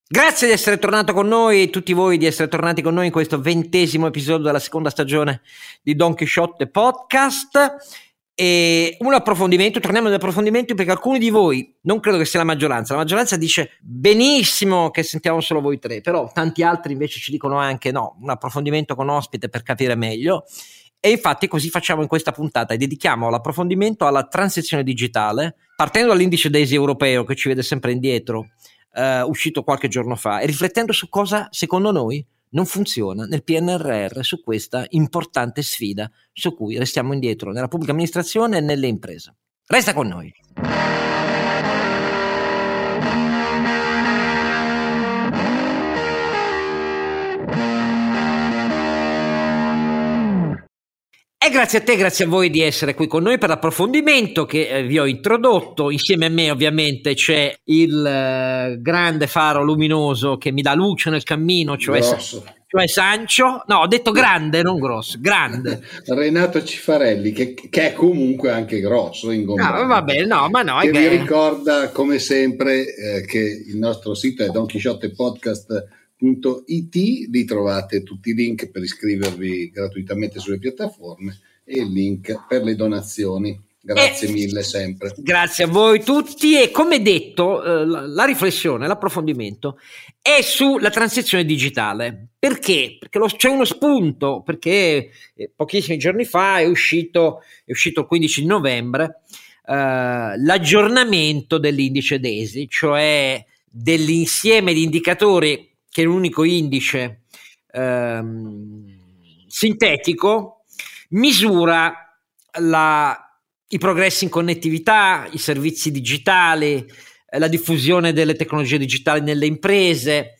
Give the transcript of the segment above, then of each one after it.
Grazie di essere tornato con noi e tutti voi di essere tornati con noi in questo 20° episodio della seconda stagione di Don Chisciotte Podcast. E un approfondimento, torniamo agli approfondimenti perché alcuni di voi, non credo che sia la maggioranza dice benissimo che sentiamo solo voi tre, però tanti altri invece ci dicono anche no, un approfondimento con ospite per capire meglio. E infatti così facciamo in questa puntata e dedichiamo l'approfondimento alla transizione digitale, partendo dall'indice DESI europeo che ci vede sempre indietro, uscito qualche giorno fa, e riflettendo su cosa secondo noi non funziona nel PNRR su questa importante sfida su cui restiamo indietro nella pubblica amministrazione e nelle imprese. Resta con noi. E grazie a te, grazie a voi di essere qui con noi per l'approfondimento che vi ho introdotto. Insieme a me ovviamente c'è il grande faro luminoso che mi dà luce nel cammino, cioè Sancio. No, ho detto grande, non grosso, grande. Renato Cifarelli, che è comunque anche grosso, ingombrante. No, vabbè, no, ma no. Che vi ricorda come sempre che il nostro sito è donchisciottepodcast.it, lì trovate tutti i link per iscrivervi gratuitamente sulle piattaforme e il link per le donazioni. Grazie mille sempre. Grazie a voi tutti e come detto la riflessione, l'approfondimento è sulla transizione digitale. Perché? Perché c'è uno spunto, perché pochissimi giorni fa è uscito il 15 di novembre l'aggiornamento dell'indice DESI, cioè dell'insieme di indicatori che è l'unico indice sintetico, misura i progressi in connettività, i servizi digitali, la diffusione delle tecnologie digitali nelle imprese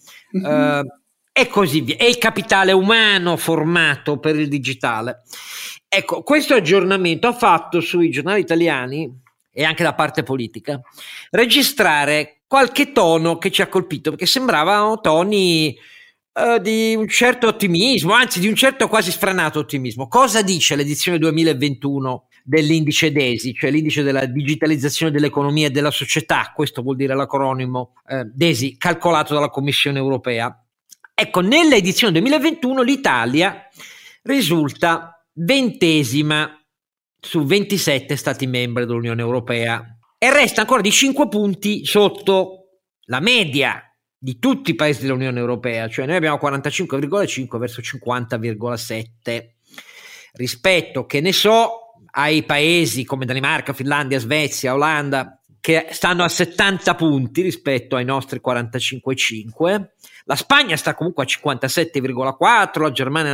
e così via, e il capitale umano formato per il digitale. Ecco, questo aggiornamento ha fatto sui giornali italiani e anche da parte politica registrare qualche tono che ci ha colpito, perché sembravano toni di un certo ottimismo, anzi di un certo quasi sfrenato ottimismo. Cosa dice l'edizione 2021 dell'indice DESI, cioè l'indice della digitalizzazione dell'economia e della società? Questo vuol dire l'acronimo DESI, calcolato dalla Commissione europea. Ecco, nell'edizione 2021 l'Italia risulta 20ª su 27 stati membri dell'Unione Europea e resta ancora di 5 punti sotto la media di tutti i paesi dell'Unione Europea, cioè noi abbiamo 45,5 verso 50,7 rispetto, che ne so, ai paesi come Danimarca, Finlandia, Svezia, Olanda, che stanno a 70 punti rispetto ai nostri 45,5. La Spagna sta comunque a 57,4, la Germania a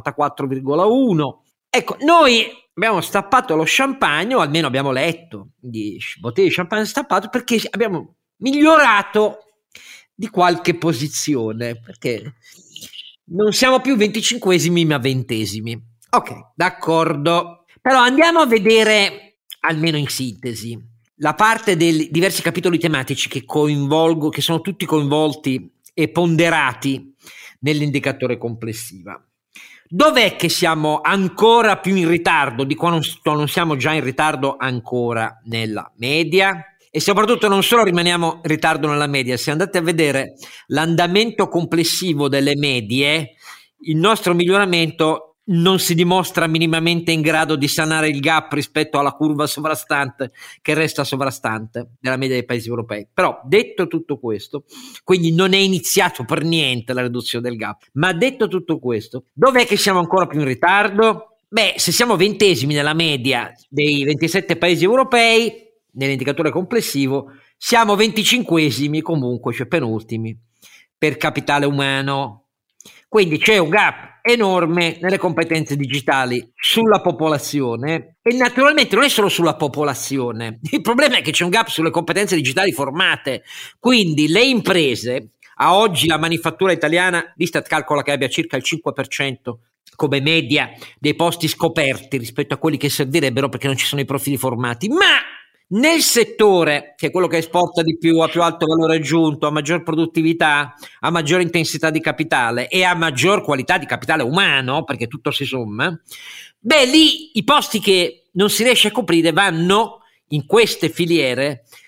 54,1. Ecco, noi abbiamo stappato lo champagne, o almeno abbiamo letto di bottiglie di champagne stappato, perché abbiamo migliorato di qualche posizione, perché non siamo più 25esimi ma 20esimi. Ok, d'accordo. Però andiamo a vedere, almeno in sintesi, la parte dei diversi capitoli tematici che sono tutti coinvolti e ponderati nell'indicatore complessiva. Dov'è che siamo ancora più in ritardo di quando non siamo già in ritardo ancora nella media? E soprattutto non solo rimaniamo in ritardo nella media, se andate a vedere l'andamento complessivo delle medie, il nostro miglioramento non si dimostra minimamente in grado di sanare il gap rispetto alla curva sovrastante, che resta sovrastante della media dei paesi europei. Però detto tutto questo, quindi non è iniziato per niente la riduzione del gap, ma detto tutto questo, dov'è che siamo ancora più in ritardo? Beh, se siamo 20esimi nella media dei 27 paesi europei, nell'indicatore complessivo, siamo 25esimi comunque, cioè penultimi, per capitale umano. Quindi c'è un gap enorme nelle competenze digitali sulla popolazione e naturalmente non è solo sulla popolazione, il problema è che c'è un gap sulle competenze digitali formate, quindi le imprese, a oggi la manifattura italiana, l'Istat calcola che abbia circa il 5% come media dei posti scoperti rispetto a quelli che servirebbero perché non ci sono i profili formati, ma nel settore, che è quello che esporta di più, a più alto valore aggiunto, a maggior produttività, a maggior intensità di capitale e a maggior qualità di capitale umano, perché tutto si somma, beh, lì i posti che non si riesce a coprire vanno in queste filiere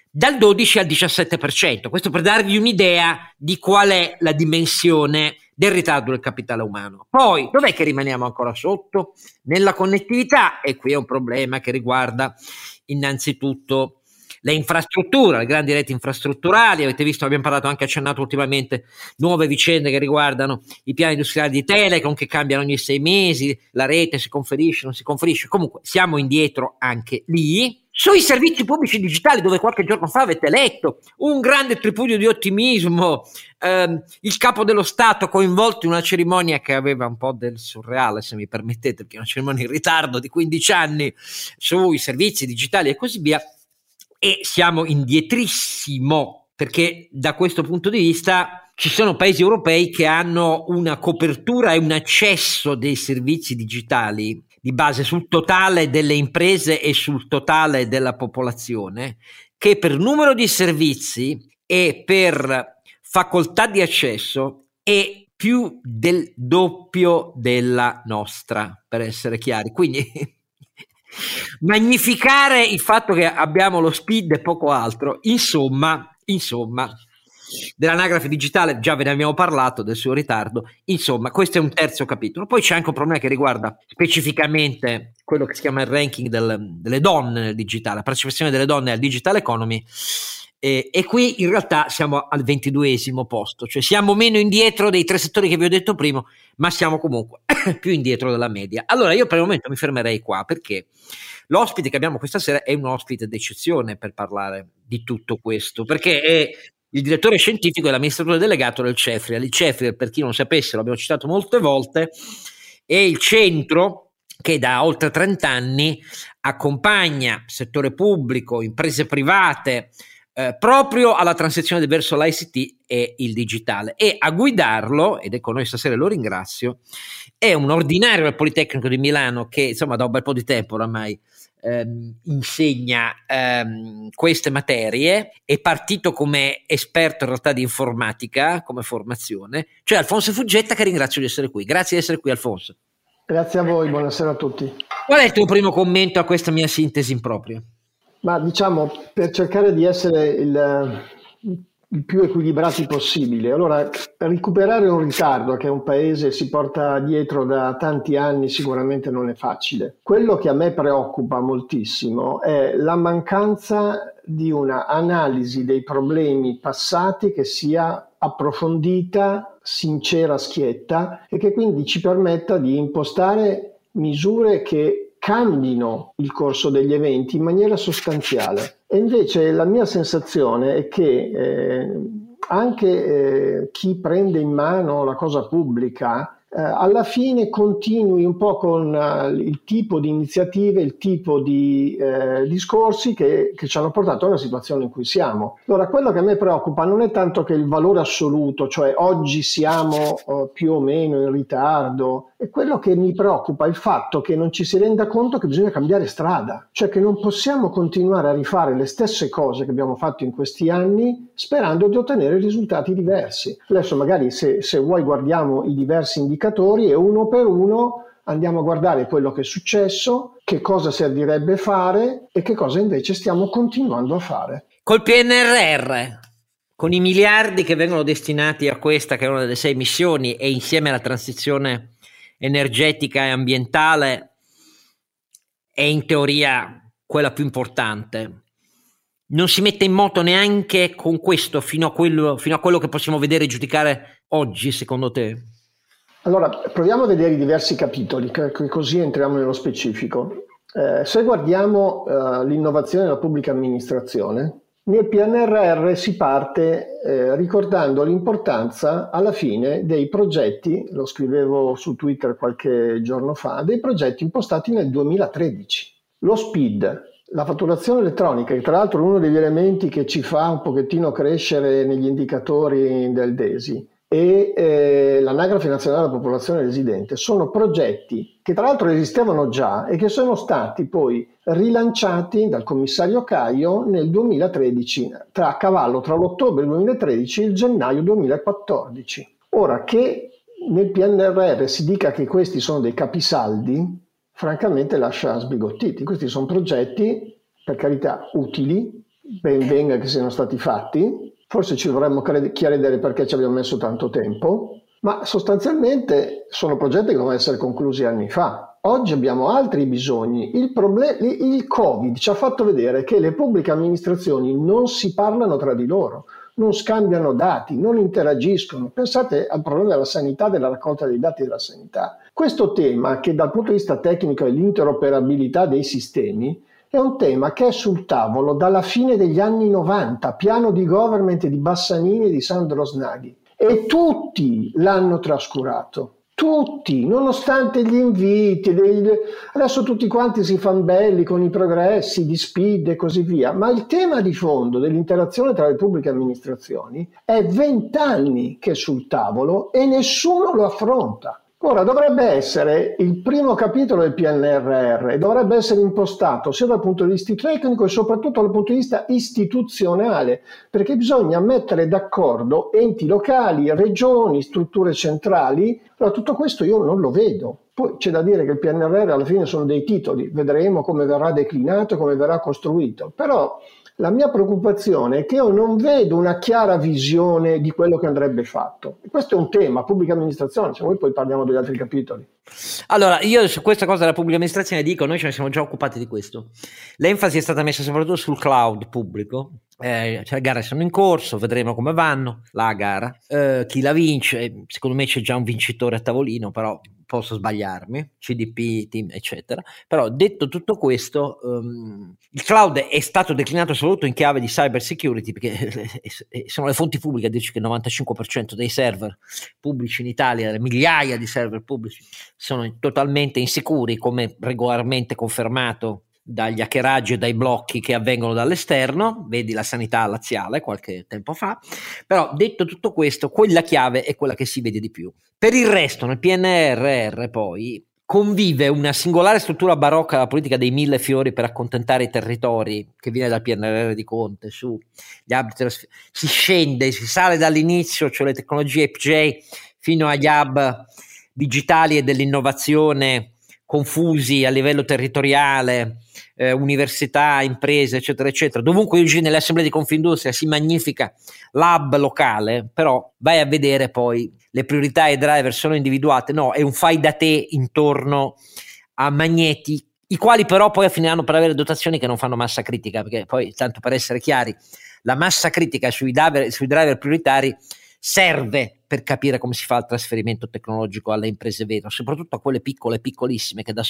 dal 12 al 17%. Questo per darvi un'idea di qual è la dimensione del ritardo del capitale umano. Poi, dov'è che rimaniamo ancora sotto? Nella connettività, e qui è un problema che riguarda innanzitutto le infrastrutture, le grandi reti infrastrutturali. Avete visto, abbiamo parlato, anche accennato ultimamente, nuove vicende che riguardano i piani industriali di Telecom che cambiano ogni 6 mesi, la rete si conferisce, non si conferisce, comunque siamo indietro anche lì. Sui servizi pubblici digitali, dove qualche giorno fa avete letto un grande tripudio di ottimismo, il capo dello Stato coinvolto in una cerimonia che aveva un po' del surreale, se mi permettete, perché è una cerimonia in ritardo di 15 anni sui servizi digitali e così via, e siamo indietrissimo, perché da questo punto di vista ci sono paesi europei che hanno una copertura e un accesso dei servizi digitali di base sul totale delle imprese e sul totale della popolazione, che per numero di servizi e per facoltà di accesso è più del doppio della nostra, per essere chiari. Quindi magnificare il fatto che abbiamo lo speed e poco altro, insomma, dell'anagrafe digitale già ve ne abbiamo parlato, del suo ritardo, insomma questo è un terzo capitolo. Poi c'è anche un problema che riguarda specificamente quello che si chiama il ranking delle donne nel digitale, la partecipazione delle donne al digital economy, e qui in realtà siamo al 22esimo posto, cioè siamo meno indietro dei 3 settori che vi ho detto prima, ma siamo comunque più indietro della media. Allora io per il momento mi fermerei qua, perché l'ospite che abbiamo questa sera è un ospite d'eccezione per parlare di tutto questo, perché è il direttore scientifico e l'amministratore delegato del CEFRIAL. Il CEFRIAL, per chi non sapesse, l'abbiamo citato molte volte, è il centro che da oltre 30 anni accompagna settore pubblico, imprese private, proprio alla transizione verso l'ICT e il digitale, e a guidarlo, ed è con noi stasera, lo ringrazio, è un ordinario al Politecnico di Milano che insomma da un bel po' di tempo oramai insegna queste materie, è partito come esperto in realtà di informatica come formazione, cioè Alfonso Fuggetta, che ringrazio di essere qui. Grazie di essere qui, Alfonso. Grazie a voi, buonasera a tutti. Qual è il tuo primo commento a questa mia sintesi impropria? Ma diciamo, per cercare di essere il più equilibrati possibile, allora recuperare un ritardo che un paese si porta dietro da tanti anni sicuramente non è facile. Quello che a me preoccupa moltissimo è la mancanza di una analisi dei problemi passati che sia approfondita, sincera, schietta, e che quindi ci permetta di impostare misure che cambino il corso degli eventi in maniera sostanziale. E invece la mia sensazione è che anche chi prende in mano la cosa pubblica alla fine continui un po' con il tipo di iniziative, il tipo di discorsi che ci hanno portato alla situazione in cui siamo. Allora, quello che a me preoccupa non è tanto che il valore assoluto, cioè oggi siamo più o meno in ritardo, è quello che mi preoccupa, il fatto che non ci si renda conto che bisogna cambiare strada, cioè che non possiamo continuare a rifare le stesse cose che abbiamo fatto in questi anni sperando di ottenere risultati diversi. Adesso magari se vuoi guardiamo i diversi indicatori e uno per uno andiamo a guardare quello che è successo, che cosa servirebbe fare e che cosa invece stiamo continuando a fare. Col PNRR, con i miliardi che vengono destinati a questa, che è una delle 6 missioni, e insieme alla transizione energetica e ambientale, è in teoria quella più importante. Non si mette in moto neanche con questo fino a quello che possiamo vedere e giudicare oggi, secondo te? Allora, proviamo a vedere i diversi capitoli, così entriamo nello specifico. Se guardiamo l'innovazione della pubblica amministrazione, nel PNRR si parte ricordando l'importanza alla fine dei progetti, lo scrivevo su Twitter qualche giorno fa, dei progetti impostati nel 2013. Lo SPID, la fatturazione elettronica, che tra l'altro è uno degli elementi che ci fa un pochettino crescere negli indicatori del DESI, e l'Anagrafe Nazionale della Popolazione Residente, sono progetti che tra l'altro esistevano già e che sono stati poi rilanciati dal commissario Caio nel 2013, a cavallo tra l'ottobre 2013 e il gennaio 2014. Ora, che nel PNRR si dica che questi sono dei capisaldi, francamente lascia sbigottiti. Questi sono progetti, per carità, utili, ben venga che siano stati fatti, forse ci dovremmo chiedere perché ci abbiamo messo tanto tempo, ma sostanzialmente sono progetti che devono essere conclusi anni fa. Oggi abbiamo altri bisogni. Il Covid ci ha fatto vedere che le pubbliche amministrazioni non si parlano tra di loro, non scambiano dati, non interagiscono. Pensate al problema della sanità, della raccolta dei dati della sanità. Questo tema, che dal punto di vista tecnico è l'interoperabilità dei sistemi, è un tema che è sul tavolo dalla fine degli anni 90, piano di government di Bassanini e di Sandro Snaghi. E tutti l'hanno trascurato. Tutti, nonostante gli inviti, adesso tutti quanti si fanno belli con i progressi di SPID e così via, ma il tema di fondo dell'interazione tra le pubbliche amministrazioni è 20 anni che è sul tavolo e nessuno lo affronta. Ora, dovrebbe essere il primo capitolo del PNRR e dovrebbe essere impostato sia dal punto di vista tecnico e soprattutto dal punto di vista istituzionale, perché bisogna mettere d'accordo enti locali, regioni, strutture centrali. Allora, tutto questo io non lo vedo. Poi c'è da dire che il PNRR alla fine sono dei titoli, vedremo come verrà declinato, come verrà costruito, però la mia preoccupazione è che io non vedo una chiara visione di quello che andrebbe fatto. E questo è un tema, pubblica amministrazione, se vuoi poi parliamo degli altri capitoli. Allora, io su questa cosa della pubblica amministrazione dico, noi ce ne siamo già occupati di questo. L'enfasi è stata messa soprattutto sul cloud pubblico. Cioè, le gare sono in corso, vedremo come vanno la gara, chi la vince. Secondo me c'è già un vincitore a tavolino, però posso sbagliarmi, CDP, team, eccetera. Però detto tutto questo, il cloud è stato declinato soprattutto in chiave di cyber security, perché sono le fonti pubbliche a dirci che il 95% dei server pubblici in Italia, le migliaia di server pubblici, sono totalmente insicuri, come regolarmente confermato dagli hackeraggi e dai blocchi che avvengono dall'esterno, vedi la sanità laziale qualche tempo fa. Però detto tutto questo, quella chiave è quella che si vede di più. Per il resto nel PNRR poi convive una singolare struttura barocca della politica dei 1000 fiori per accontentare i territori, che viene dal PNRR di Conte, su gli hub, si scende, si sale dall'inizio, cioè le tecnologie FJ, fino agli hub digitali e dell'innovazione confusi a livello territoriale, università, imprese, eccetera, eccetera. Dovunque oggi nelle assemblee di Confindustria si magnifica l'hub locale, però vai a vedere poi le priorità e i driver sono individuate, no, è un fai da te intorno a magneti, i quali però poi finiranno per avere dotazioni che non fanno massa critica, perché poi, tanto per essere chiari, la massa critica sui driver prioritari serve per capire come si fa il trasferimento tecnologico alle imprese vere, soprattutto a quelle piccole, piccolissime, che da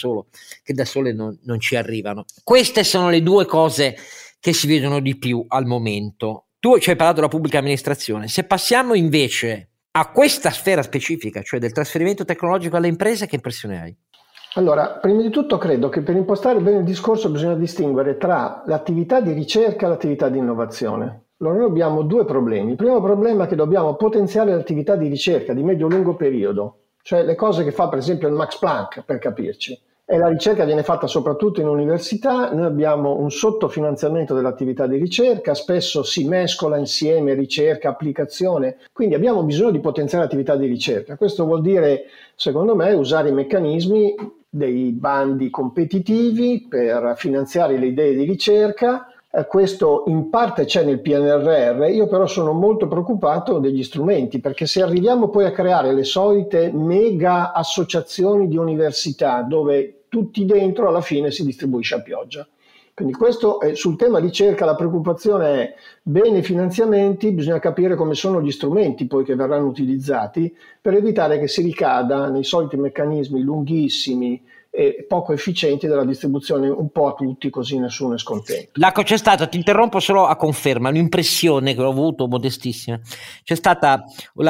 sole non ci arrivano. Queste sono le due cose che si vedono di più al momento. Tu ci hai parlato della pubblica amministrazione. Se passiamo invece a questa sfera specifica, cioè del trasferimento tecnologico alle imprese, che impressione hai? Allora, prima di tutto credo che per impostare bene il discorso bisogna distinguere tra l'attività di ricerca e l'attività di innovazione. Allora, noi abbiamo due problemi. Il primo problema è che dobbiamo potenziare l'attività di ricerca di medio-lungo periodo, cioè le cose che fa per esempio il Max Planck, per capirci. E la ricerca viene fatta soprattutto in università, noi abbiamo un sottofinanziamento dell'attività di ricerca, spesso si mescola insieme ricerca, applicazione, quindi abbiamo bisogno di potenziare l'attività di ricerca. Questo vuol dire, secondo me, usare i meccanismi dei bandi competitivi per finanziare le idee di ricerca. Questo in parte c'è nel PNRR, io però sono molto preoccupato degli strumenti, perché se arriviamo poi a creare le solite mega associazioni di università dove tutti dentro alla fine si distribuisce a pioggia. Quindi questo è, sul tema ricerca la preoccupazione è bene i finanziamenti, bisogna capire come sono gli strumenti poi che verranno utilizzati per evitare che si ricada nei soliti meccanismi lunghissimi e poco efficienti della distribuzione un po' a tutti, così nessuno è scontento. Lacco, c'è stata, ti interrompo solo a conferma, un'impressione che ho avuto modestissima. C'è stata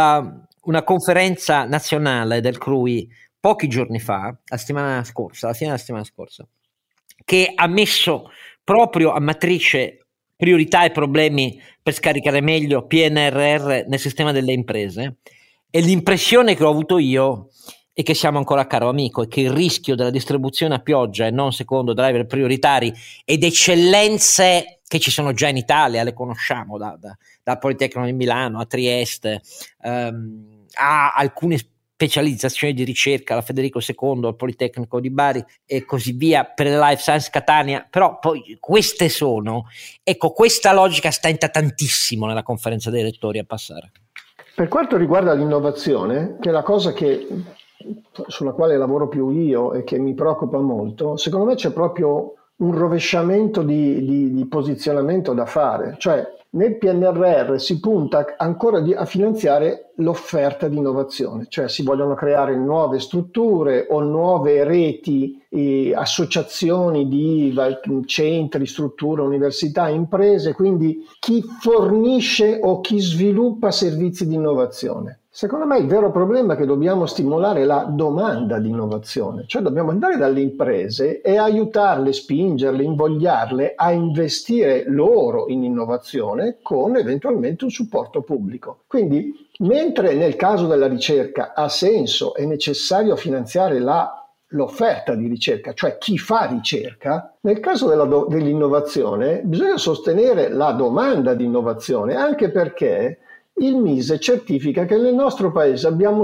una conferenza nazionale del CRUI pochi giorni fa, alla fine della settimana scorsa, che ha messo proprio a matrice priorità e problemi per scaricare meglio PNRR nel sistema delle imprese, e l'impressione che ho avuto io è che siamo ancora caro amico e che il rischio della distribuzione a pioggia e non secondo driver prioritari ed eccellenze che ci sono già in Italia, le conosciamo dal Politecnico di Milano a Trieste, a alcune specializzazioni di ricerca alla Federico II, al Politecnico di Bari e così via, per le Life Science Catania, però poi queste sono, ecco, questa logica stenta tantissimo nella conferenza dei rettori a passare. Per quanto riguarda l'innovazione, che è la cosa sulla quale lavoro più io e che mi preoccupa molto, secondo me c'è proprio un rovesciamento di posizionamento da fare, cioè nel PNRR si punta ancora a finanziare l'offerta di innovazione, cioè si vogliono creare nuove strutture o nuove reti, associazioni di centri, strutture, università, imprese, quindi chi fornisce o chi sviluppa servizi di innovazione. Secondo me il vero problema è che dobbiamo stimolare la domanda di innovazione, cioè dobbiamo andare dalle imprese e aiutarle, spingerle, invogliarle a investire loro in innovazione con eventualmente un supporto pubblico. Quindi, mentre nel caso della ricerca ha senso, è necessario finanziare l'offerta di ricerca, cioè chi fa ricerca, nel caso dell'innovazione bisogna sostenere la domanda di innovazione, anche perché il MISE certifica che nel nostro paese abbiamo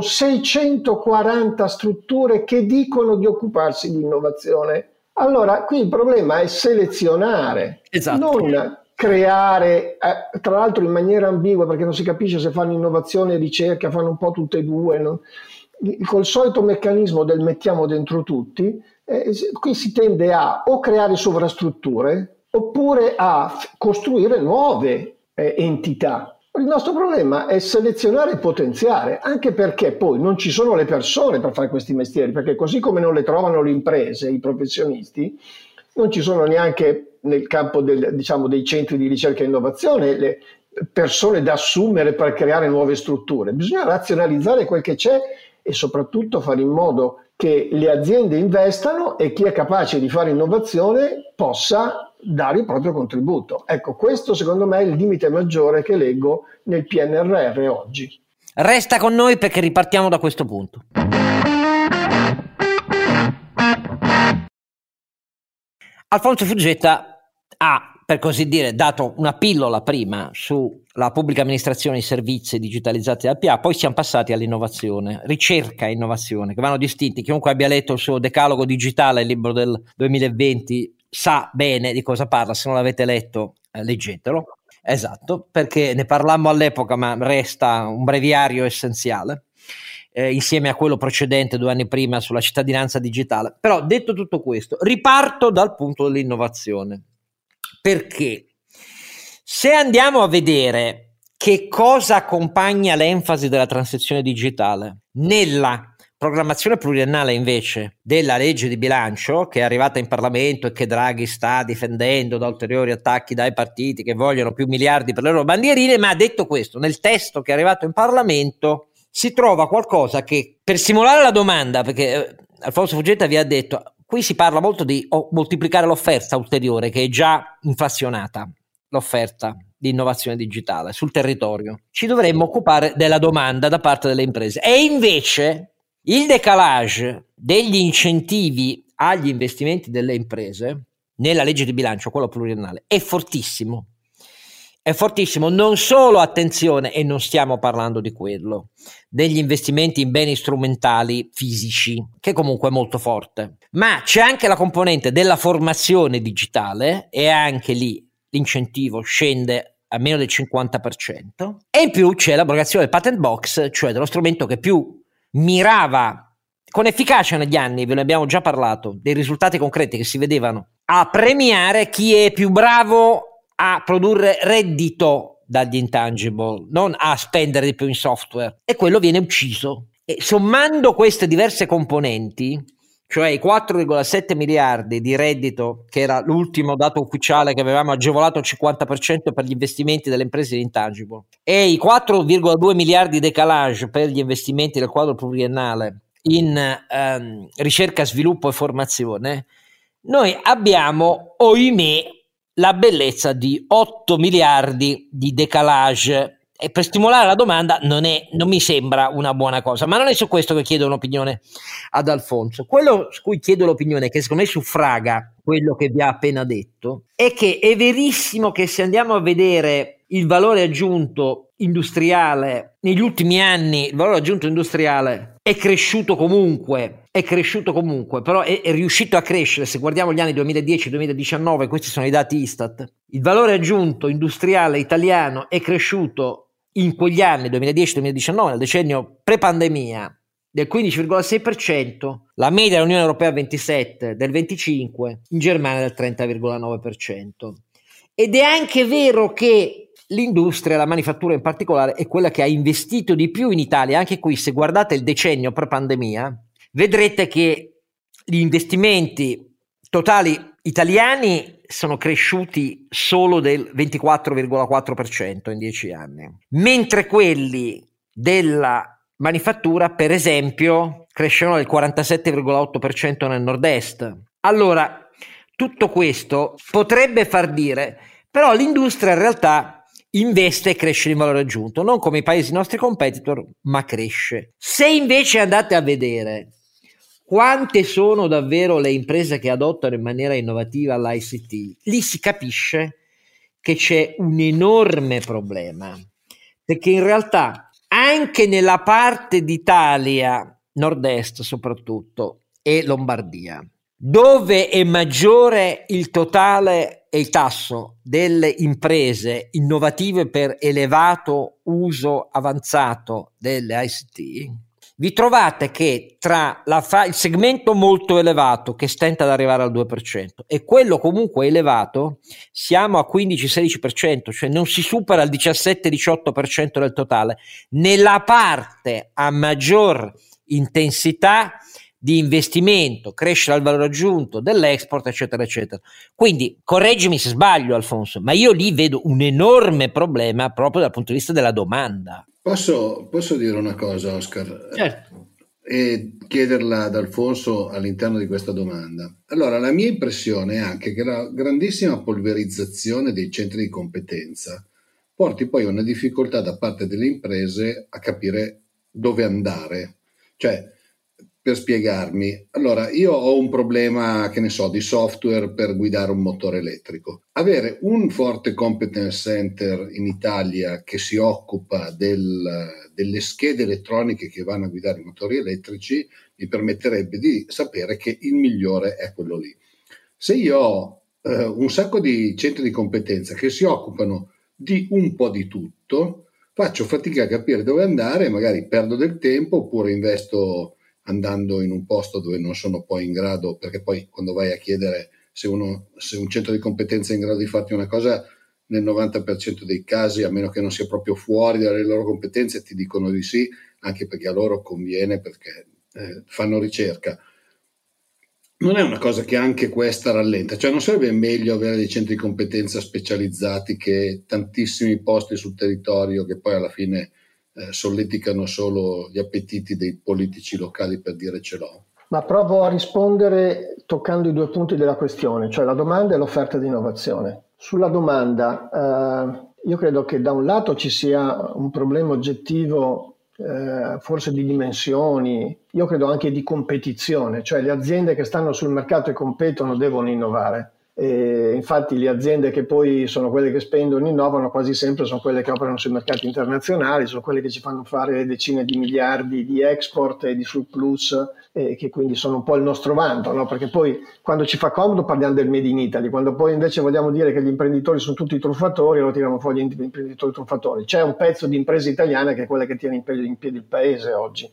640 strutture che dicono di occuparsi di innovazione. Allora, qui il problema è selezionare, non creare, tra l'altro in maniera ambigua, perché non si capisce se fanno innovazione e ricerca, fanno un po' tutte e due, no? Col solito meccanismo del mettiamo dentro tutti, qui si tende a o creare sovrastrutture oppure a costruire nuove entità. Il nostro problema è selezionare e potenziare, anche perché poi non ci sono le persone per fare questi mestieri, perché così come non le trovano le imprese, i professionisti, non ci sono neanche nel campo dei centri di ricerca e innovazione le persone da assumere per creare nuove strutture. Bisogna razionalizzare quel che c'è e soprattutto fare in modo che le aziende investano e chi è capace di fare innovazione possa dare il proprio contributo. Ecco, questo secondo me è il limite maggiore che leggo nel PNRR oggi. Resta con noi perché ripartiamo da questo punto. Alfonso Fuggetta ha, per così dire, dato una pillola prima sulla pubblica amministrazione e i servizi digitalizzati da PA, poi siamo passati all'innovazione, ricerca e innovazione, che vanno distinti. Chiunque abbia letto il suo decalogo digitale, il libro del 2020, sa bene di cosa parla. Se non l'avete letto, leggetelo. Esatto, perché ne parlammo all'epoca, ma resta un breviario essenziale, insieme a quello precedente 2 anni prima sulla cittadinanza digitale. Però detto tutto questo, riparto dal punto dell'innovazione, perché se andiamo a vedere che cosa accompagna l'enfasi della transizione digitale nella programmazione pluriennale invece della legge di bilancio, che è arrivata in Parlamento e che Draghi sta difendendo da ulteriori attacchi dai partiti che vogliono più miliardi per le loro bandierine, ma detto questo, nel testo che è arrivato in Parlamento si trova qualcosa che, per stimolare la domanda, perché Alfonso Fuggetta vi ha detto, qui si parla molto di moltiplicare l'offerta ulteriore che è già inflazionata, l'offerta di innovazione digitale sul territorio, ci dovremmo occupare della domanda da parte delle imprese. E invece il decalage degli incentivi agli investimenti delle imprese nella legge di bilancio, quello pluriennale, è fortissimo. È fortissimo, non solo, attenzione, e non stiamo parlando di quello, degli investimenti in beni strumentali fisici, che comunque è molto forte, ma c'è anche la componente della formazione digitale e anche lì l'incentivo scende a meno del 50%, e in più c'è l'abrogazione del patent box, cioè dello strumento che più mirava con efficacia negli anni, ve ne abbiamo già parlato, dei risultati concreti che si vedevano, a premiare chi è più bravo a produrre reddito dagli intangible, non a spendere di più in software, e quello viene ucciso. E sommando queste diverse componenti, cioè i 4,7 miliardi di reddito, che era l'ultimo dato ufficiale che avevamo agevolato il 50% per gli investimenti delle imprese di intangible, e i 4,2 miliardi di decalage per gli investimenti del quadro pluriennale in ricerca, sviluppo e formazione, noi abbiamo, ohimè, la bellezza di 8 miliardi di decalage, e per stimolare la domanda non mi sembra una buona cosa. Ma non è su questo che chiedo un'opinione ad Alfonso. Quello su cui chiedo l'opinione, che secondo me suffraga quello che vi ha appena detto, è che è verissimo che se andiamo a vedere il valore aggiunto industriale negli ultimi anni, il valore aggiunto industriale è cresciuto comunque, però è riuscito a crescere. Se guardiamo gli anni 2010-2019, questi sono i dati Istat, il valore aggiunto industriale italiano è cresciuto in quegli anni 2010-2019, nel decennio pre-pandemia, del 15,6%, la media dell'Unione Europea 27, del 25%, in Germania del 30,9%. Ed è anche vero che l'industria, la manifattura in particolare, è quella che ha investito di più in Italia. Anche qui, se guardate il decennio pre-pandemia, vedrete che gli investimenti totali italiani sono cresciuti solo del 24,4% in 10 anni, mentre quelli della manifattura, per esempio, crescono del 47,8% nel nord-est. Allora, tutto questo potrebbe far dire, però l'industria in realtà investe e cresce in valore aggiunto, non come i paesi nostri competitor, ma cresce. Se invece andate a vedere quante sono davvero le imprese che adottano in maniera innovativa l'ICT, lì si capisce che c'è un enorme problema, perché in realtà anche nella parte d'Italia, nord-est soprattutto, e Lombardia, dove è maggiore il totale e il tasso delle imprese innovative per elevato uso avanzato delle ICT, vi trovate che tra il segmento molto elevato, che stenta ad arrivare al 2%, e quello comunque elevato, siamo a 15-16%, cioè non si supera il 17-18% del totale, nella parte a maggior intensità di investimento, crescita del valore aggiunto, dell'export, eccetera, eccetera. Quindi, correggimi se sbaglio, Alfonso, ma io lì vedo un enorme problema proprio dal punto di vista della domanda. Posso dire una cosa, Oscar? Certo. E chiederla ad Alfonso all'interno di questa domanda. Allora, la mia impressione è anche che la grandissima polverizzazione dei centri di competenza porti poi a una difficoltà da parte delle imprese a capire dove andare. Cioè, per spiegarmi, allora io ho un problema, che ne so, di software per guidare un motore elettrico. Avere un forte competence center in Italia che si occupa delle schede elettroniche che vanno a guidare i motori elettrici mi permetterebbe di sapere che il migliore è quello lì. Se io ho un sacco di centri di competenza che si occupano di un po' di tutto, faccio fatica a capire dove andare, magari perdo del tempo oppure investo andando in un posto dove non sono poi in grado, perché poi quando vai a chiedere se un centro di competenza è in grado di farti una cosa, nel 90% dei casi, a meno che non sia proprio fuori dalle loro competenze, ti dicono di sì, anche perché a loro conviene, perché fanno ricerca. Non è una cosa che anche questa rallenta, cioè non sarebbe meglio avere dei centri di competenza specializzati che tantissimi posti sul territorio che poi alla fine solleticano solo gli appetiti dei politici locali per dire ce l'ho? Ma provo a rispondere toccando i due punti della questione, cioè la domanda e l'offerta di innovazione. Sulla domanda, io credo che da un lato ci sia un problema oggettivo, forse di dimensioni, io credo anche di competizione, cioè le aziende che stanno sul mercato e competono devono innovare. E infatti le aziende che poi sono quelle che spendono e innovano quasi sempre sono quelle che operano sui mercati internazionali, sono quelle che ci fanno fare decine di miliardi di export e di surplus, che quindi sono un po' il nostro vanto, no? Perché poi quando ci fa comodo parliamo del Made in Italy, quando poi invece vogliamo dire che gli imprenditori sono tutti truffatori, allora tiriamo fuori gli imprenditori truffatori. C'è un pezzo di impresa italiana che è quella che tiene in piedi il paese oggi.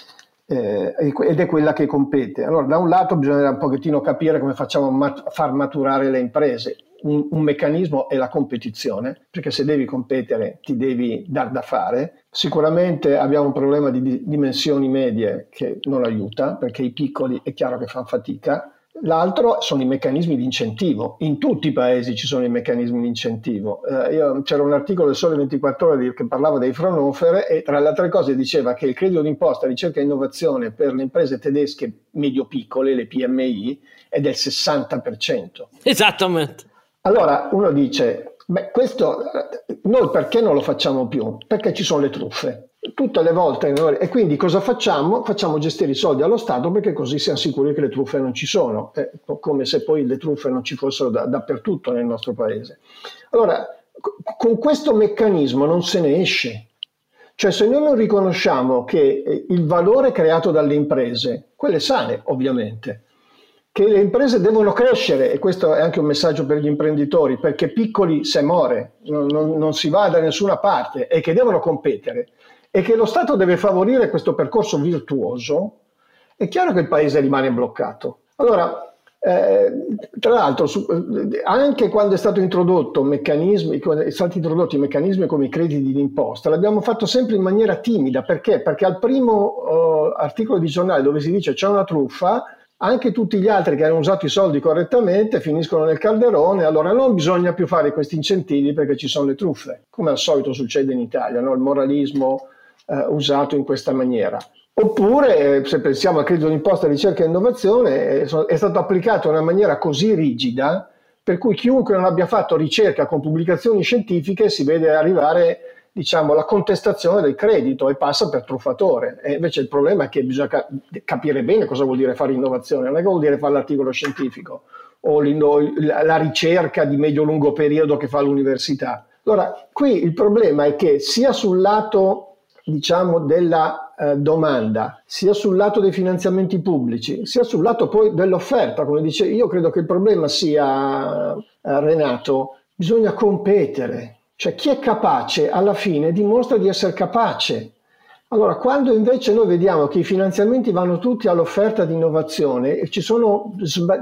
Ed è quella che compete. Allora, da un lato bisogna un pochettino capire come facciamo a far maturare le imprese. Un meccanismo è la competizione, perché se devi competere ti devi dar da fare. Sicuramente abbiamo un problema di dimensioni medie che non aiuta, perché i piccoli è chiaro che fanno fatica. L'altro sono i meccanismi di incentivo. In tutti i paesi ci sono i meccanismi di incentivo. C'era un articolo del Sole 24 Ore che parlava dei Fraunhofer e tra le altre cose diceva che il credito d'imposta ricerca e innovazione per le imprese tedesche medio-piccole, le PMI, è del 60%. Esattamente. Allora uno dice, questo noi perché non lo facciamo più? Perché ci sono le truffe. Tutte le volte, e quindi cosa facciamo? Facciamo gestire i soldi allo Stato perché così siamo sicuri che le truffe non ci sono, come se poi le truffe non ci fossero dappertutto nel nostro paese. Allora, con questo meccanismo non se ne esce. Cioè, se noi non riconosciamo che il valore creato dalle imprese, quelle sane ovviamente, che le imprese devono crescere, e questo è anche un messaggio per gli imprenditori, perché piccoli se muore, non si va da nessuna parte, e che devono competere, e che lo Stato deve favorire questo percorso virtuoso, è chiaro che il paese rimane bloccato. Allora, tra l'altro, anche quando è stato introdotto stati introdotti meccanismi come i crediti d'imposta, l'abbiamo fatto sempre in maniera timida. Perché? Perché al primo articolo di giornale dove si dice c'è una truffa, anche tutti gli altri che hanno usato i soldi correttamente finiscono nel calderone. Allora non bisogna più fare questi incentivi perché ci sono le truffe, come al solito succede in Italia, no? Il moralismo usato in questa maniera. Oppure, se pensiamo al credito d'imposta ricerca e innovazione, è stato applicato in una maniera così rigida per cui chiunque non abbia fatto ricerca con pubblicazioni scientifiche si vede arrivare, diciamo, la contestazione del credito e passa per truffatore. E invece il problema è che bisogna capire bene cosa vuol dire fare innovazione, non è che vuol dire fare l'articolo scientifico o la ricerca di medio-lungo periodo che fa l'università. Allora, qui il problema è che sia sul lato, diciamo, della domanda, sia sul lato dei finanziamenti pubblici, sia sul lato poi dell'offerta, come dice, io credo che il problema sia, Renato, bisogna competere, cioè chi è capace alla fine dimostra di essere capace. Allora, quando invece noi vediamo che i finanziamenti vanno tutti all'offerta di innovazione e ci sono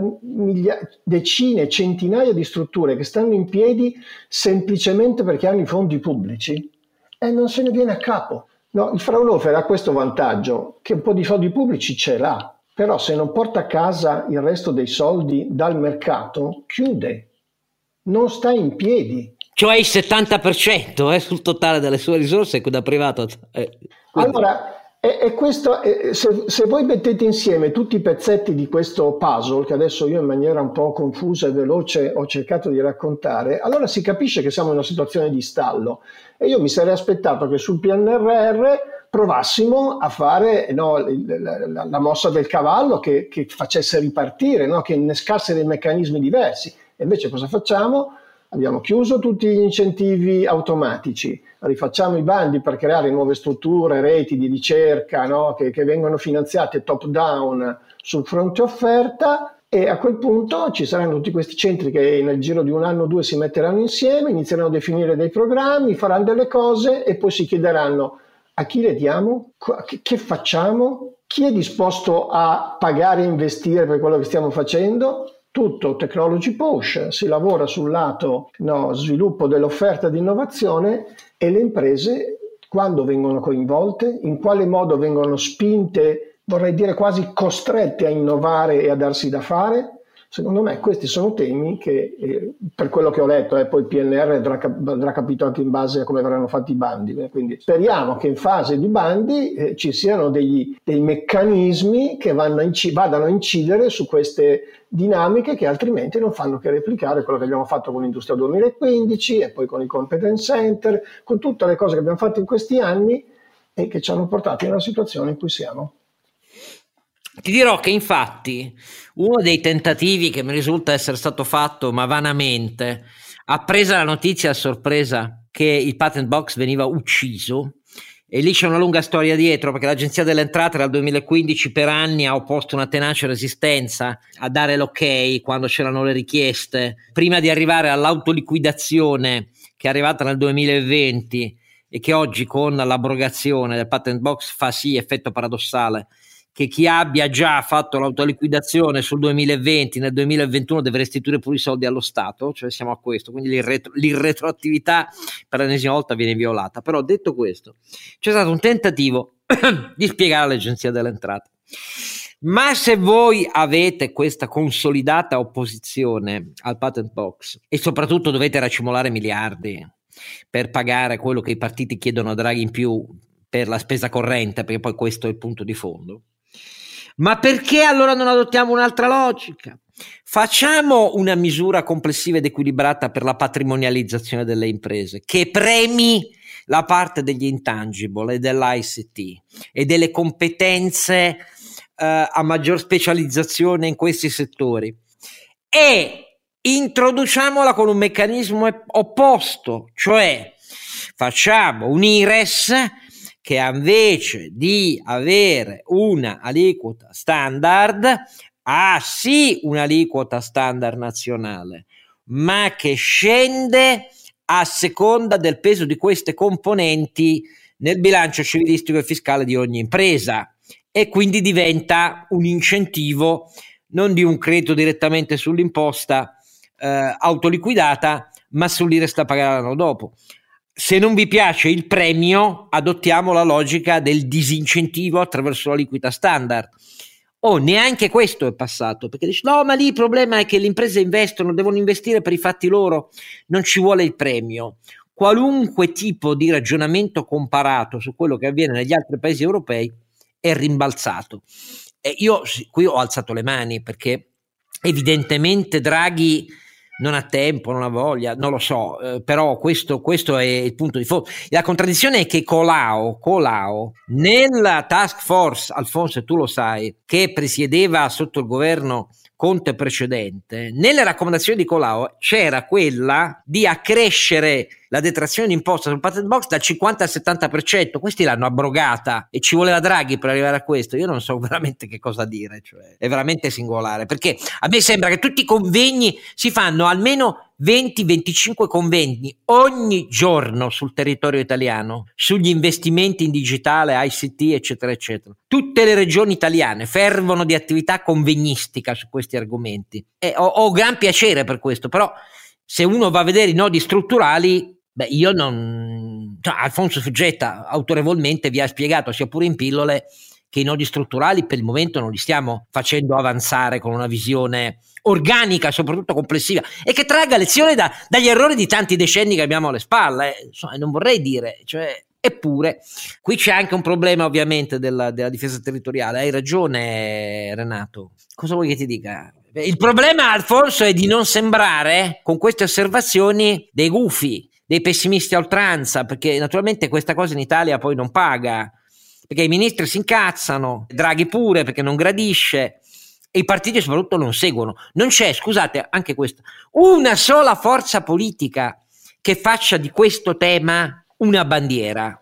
decine, centinaia di strutture che stanno in piedi semplicemente perché hanno i fondi pubblici, e non se ne viene a capo. No, il Fraunhofer ha questo vantaggio, che un po' di soldi pubblici ce l'ha, però se non porta a casa il resto dei soldi dal mercato, chiude, non sta in piedi. Cioè il 70% sul totale delle sue risorse da privato. Allora, questo, se voi mettete insieme tutti i pezzetti di questo puzzle, che adesso io in maniera un po' confusa e veloce ho cercato di raccontare, allora si capisce che siamo in una situazione di stallo. E io mi sarei aspettato che sul PNRR provassimo a fare la mossa del cavallo che facesse ripartire, no? Che innescasse dei meccanismi diversi. E invece cosa facciamo? Abbiamo chiuso tutti gli incentivi automatici, rifacciamo i bandi per creare nuove strutture, reti di ricerca, no? che vengono finanziate top down sul fronte offerta, e a quel punto ci saranno tutti questi centri che nel giro di un anno o due si metteranno insieme, inizieranno a definire dei programmi, faranno delle cose e poi si chiederanno: a chi le diamo? Che facciamo? Chi è disposto a pagare e investire per quello che stiamo facendo? Tutto technology push, si lavora sul lato sviluppo dell'offerta di innovazione, e le imprese quando vengono coinvolte, in quale modo vengono spinte, vorrei dire quasi costrette a innovare e a darsi da fare. Secondo me questi sono temi che, per quello che ho letto, poi il PNR andrà capito anche in base a come verranno fatti i bandi, quindi speriamo che in fase di bandi ci siano dei meccanismi che vadano a incidere su queste dinamiche, che altrimenti non fanno che replicare quello che abbiamo fatto con l'Industria 2015 e poi con i competence center, con tutte le cose che abbiamo fatto in questi anni e che ci hanno portati nella situazione in cui siamo. Ti dirò che infatti uno dei tentativi che mi risulta essere stato fatto, ma vanamente, appresa la notizia a sorpresa che il Patent Box veniva ucciso, e lì c'è una lunga storia dietro, perché l'Agenzia delle Entrate dal 2015 per anni ha opposto una tenace resistenza a dare l'ok quando c'erano le richieste, prima di arrivare all'autoliquidazione che è arrivata nel 2020 e che oggi con l'abrogazione del Patent Box fa sì effetto paradossale che chi abbia già fatto l'autoliquidazione sul 2020 nel 2021 deve restituire pure i soldi allo Stato, cioè siamo a questo, quindi l'irretroattività per l'ennesima volta viene violata. Però detto questo, c'è stato un tentativo di spiegare all'Agenzia delle Entrate: ma se voi avete questa consolidata opposizione al Patent Box e soprattutto dovete racimolare miliardi per pagare quello che i partiti chiedono a Draghi in più per la spesa corrente, perché poi questo è il punto di fondo, ma perché allora non adottiamo un'altra logica? Facciamo una misura complessiva ed equilibrata per la patrimonializzazione delle imprese, che premi la parte degli intangible e dell'ICT e delle competenze a maggior specializzazione in questi settori, e introduciamola con un meccanismo opposto, cioè facciamo un IRES che invece di avere una aliquota standard ha sì un'aliquota standard nazionale, ma che scende a seconda del peso di queste componenti nel bilancio civilistico e fiscale di ogni impresa, e quindi diventa un incentivo non di un credito direttamente sull'imposta autoliquidata, ma sull'IRES da pagare l'anno dopo. Se non vi piace il premio, adottiamo la logica del disincentivo attraverso la liquida standard. Neanche questo è passato, perché dici no, ma lì il problema è che le imprese investono, devono investire per i fatti loro, non ci vuole il premio. Qualunque tipo di ragionamento comparato su quello che avviene negli altri paesi europei è rimbalzato. E io qui ho alzato le mani, perché evidentemente Draghi non ha tempo, non ha voglia, non lo so, però questo è il punto di fondo. La contraddizione è che Colao nella task force, Alfonso, tu lo sai, che presiedeva sotto il governo Conte precedente, nelle raccomandazioni di Colao c'era quella di accrescere la detrazione d'imposta sul patent box dal 50 al 70%. Questi l'hanno abrogata e ci voleva Draghi per arrivare a questo. Io non so veramente che cosa dire, cioè è veramente singolare, perché a me sembra che tutti i convegni si fanno almeno 20-25 convegni ogni giorno sul territorio italiano sugli investimenti in digitale, ICT, eccetera eccetera. Tutte le regioni italiane fervono di attività convegnistica su questi argomenti e ho gran piacere per questo, però se uno va a vedere i nodi strutturali, io non... Alfonso Fuggetta autorevolmente vi ha spiegato, sia pure in pillole, che i nodi strutturali per il momento non li stiamo facendo avanzare con una visione organica, soprattutto complessiva, e che tragga lezione dagli errori di tanti decenni che abbiamo alle spalle. Non vorrei dire, eppure qui c'è anche un problema ovviamente della difesa territoriale. Hai ragione, Renato, cosa vuoi che ti dica? Il problema, Alfonso, è di non sembrare con queste osservazioni dei gufi, dei pessimisti a oltranza, perché naturalmente questa cosa in Italia poi non paga, perché i ministri si incazzano, Draghi pure perché non gradisce, e i partiti soprattutto non seguono. Non c'è, scusate, anche questo, una sola forza politica che faccia di questo tema una bandiera.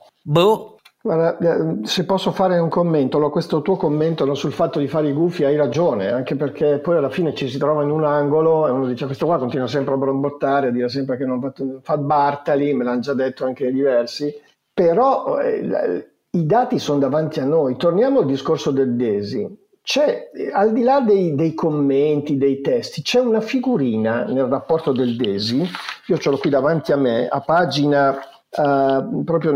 Guarda, se posso fare un commento, questo tuo commento sul fatto di fare i gufi, hai ragione, anche perché poi alla fine ci si trova in un angolo e uno dice questo qua continua sempre a brombottare, a dire sempre che non fa Bartali, me l'hanno già detto anche diversi, però i dati sono davanti a noi. Torniamo al discorso del DESI. C'è, al di là dei commenti, dei testi, c'è una figurina nel rapporto del DESI, io ce l'ho qui davanti a me, a pagina, proprio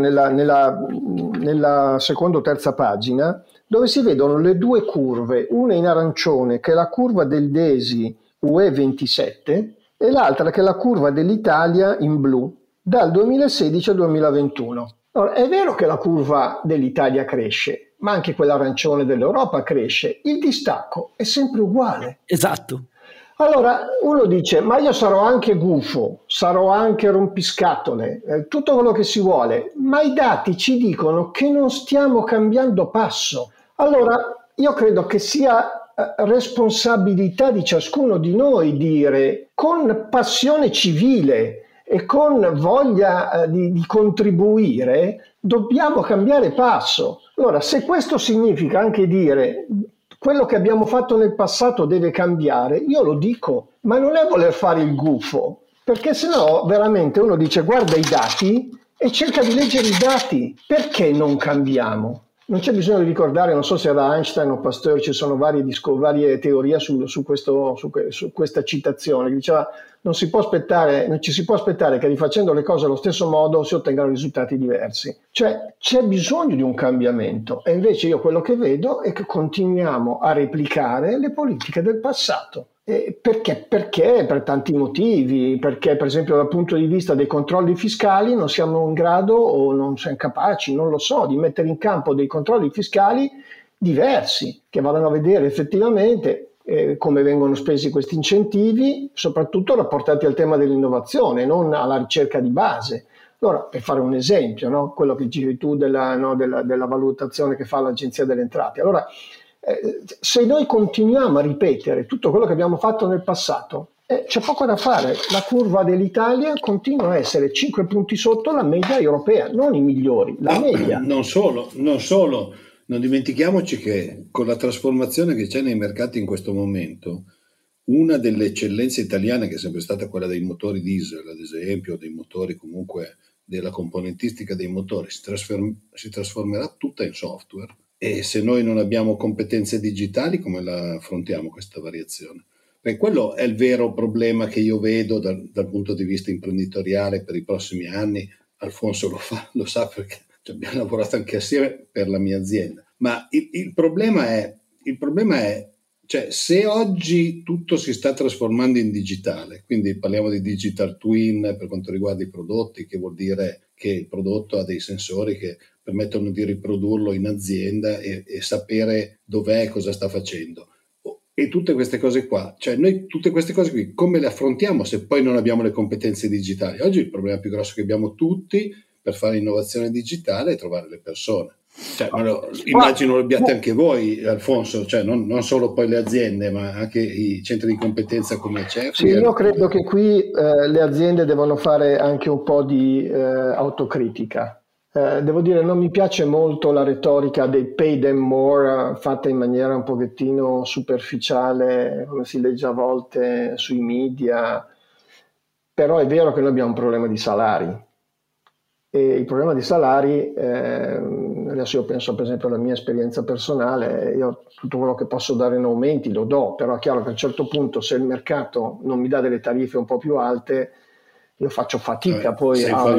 nella seconda o terza pagina, dove si vedono le due curve, una in arancione che è la curva del DESI UE27 e l'altra che è la curva dell'Italia in blu, dal 2016 al 2021. Allora, è vero che la curva dell'Italia cresce, ma anche quella arancione dell'Europa cresce, il distacco è sempre uguale. Esatto. Allora uno dice, ma io sarò anche gufo, sarò anche rompiscatole, tutto quello che si vuole, ma i dati ci dicono che non stiamo cambiando passo. Allora io credo che sia responsabilità di ciascuno di noi dire con passione civile e con voglia di contribuire, dobbiamo cambiare passo. Allora, se questo significa anche dire quello che abbiamo fatto nel passato deve cambiare, io lo dico, ma non è voler fare il gufo, perché sennò veramente uno dice guarda i dati e cerca di leggere i dati. Perché non cambiamo? Non c'è bisogno di ricordare, non so se da Einstein o Pasteur ci sono varie teorie su questa citazione, che diceva non ci si può aspettare che rifacendo le cose allo stesso modo si ottengano risultati diversi. Cioè c'è bisogno di un cambiamento, e invece io quello che vedo è che continuiamo a replicare le politiche del passato. Perché? Perché per tanti motivi, perché per esempio dal punto di vista dei controlli fiscali non siamo in grado o non siamo capaci, non lo so, di mettere in campo dei controlli fiscali diversi che vadano a vedere effettivamente come vengono spesi questi incentivi, soprattutto rapportati al tema dell'innovazione, non alla ricerca di base. Allora, per fare un esempio, no? Quello che dicevi tu della valutazione che fa l'Agenzia delle Entrate. Allora, se noi continuiamo a ripetere tutto quello che abbiamo fatto nel passato, C'è poco da fare, la curva dell'Italia continua a essere 5 punti sotto la media europea, non i migliori, la media. Non solo, non dimentichiamoci che con la trasformazione che c'è nei mercati in questo momento, una delle eccellenze italiane, che è sempre stata quella dei motori diesel, ad esempio, dei motori comunque della componentistica dei motori, si trasformerà tutta in software. E se noi non abbiamo competenze digitali, come la affrontiamo questa variazione? Perché quello è il vero problema che io vedo dal punto di vista imprenditoriale per i prossimi anni. Alfonso lo sa perché abbiamo lavorato anche assieme per la mia azienda. Ma il problema è, cioè, se oggi tutto si sta trasformando in digitale, quindi parliamo di digital twin per quanto riguarda i prodotti, che vuol dire che il prodotto ha dei sensori che permettono di riprodurlo in azienda e sapere dov'è e cosa sta facendo. E tutte queste cose qua, cioè noi tutte queste cose qui come le affrontiamo se poi non abbiamo le competenze digitali? Oggi il problema più grosso che abbiamo tutti per fare innovazione digitale è trovare le persone. Cioè, immagino lo abbiate anche voi, Alfonso, cioè non solo poi le aziende, ma anche i centri di competenza come CEF. Sì, io credo che qui le aziende devono fare anche un po' di autocritica. Devo dire, non mi piace molto la retorica dei pay them more, fatta in maniera un pochettino superficiale, come si legge a volte sui media, però è vero che noi abbiamo un problema di salari. E il problema di salari, adesso io penso per esempio alla mia esperienza personale, io tutto quello che posso dare in aumenti lo do, però è chiaro che a un certo punto se il mercato non mi dà delle tariffe un po' più alte, io faccio fatica poi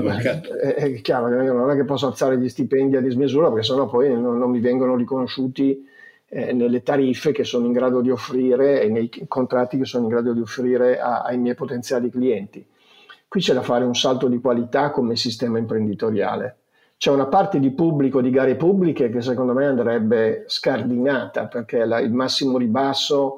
è chiaro che io non è che posso alzare gli stipendi a dismisura, perché sennò poi non mi vengono riconosciuti nelle tariffe che sono in grado di offrire e nei contratti che sono in grado di offrire ai miei potenziali clienti. Qui c'è da fare un salto di qualità come sistema imprenditoriale. C'è una parte di pubblico, di gare pubbliche, che secondo me andrebbe scardinata, perché il massimo ribasso,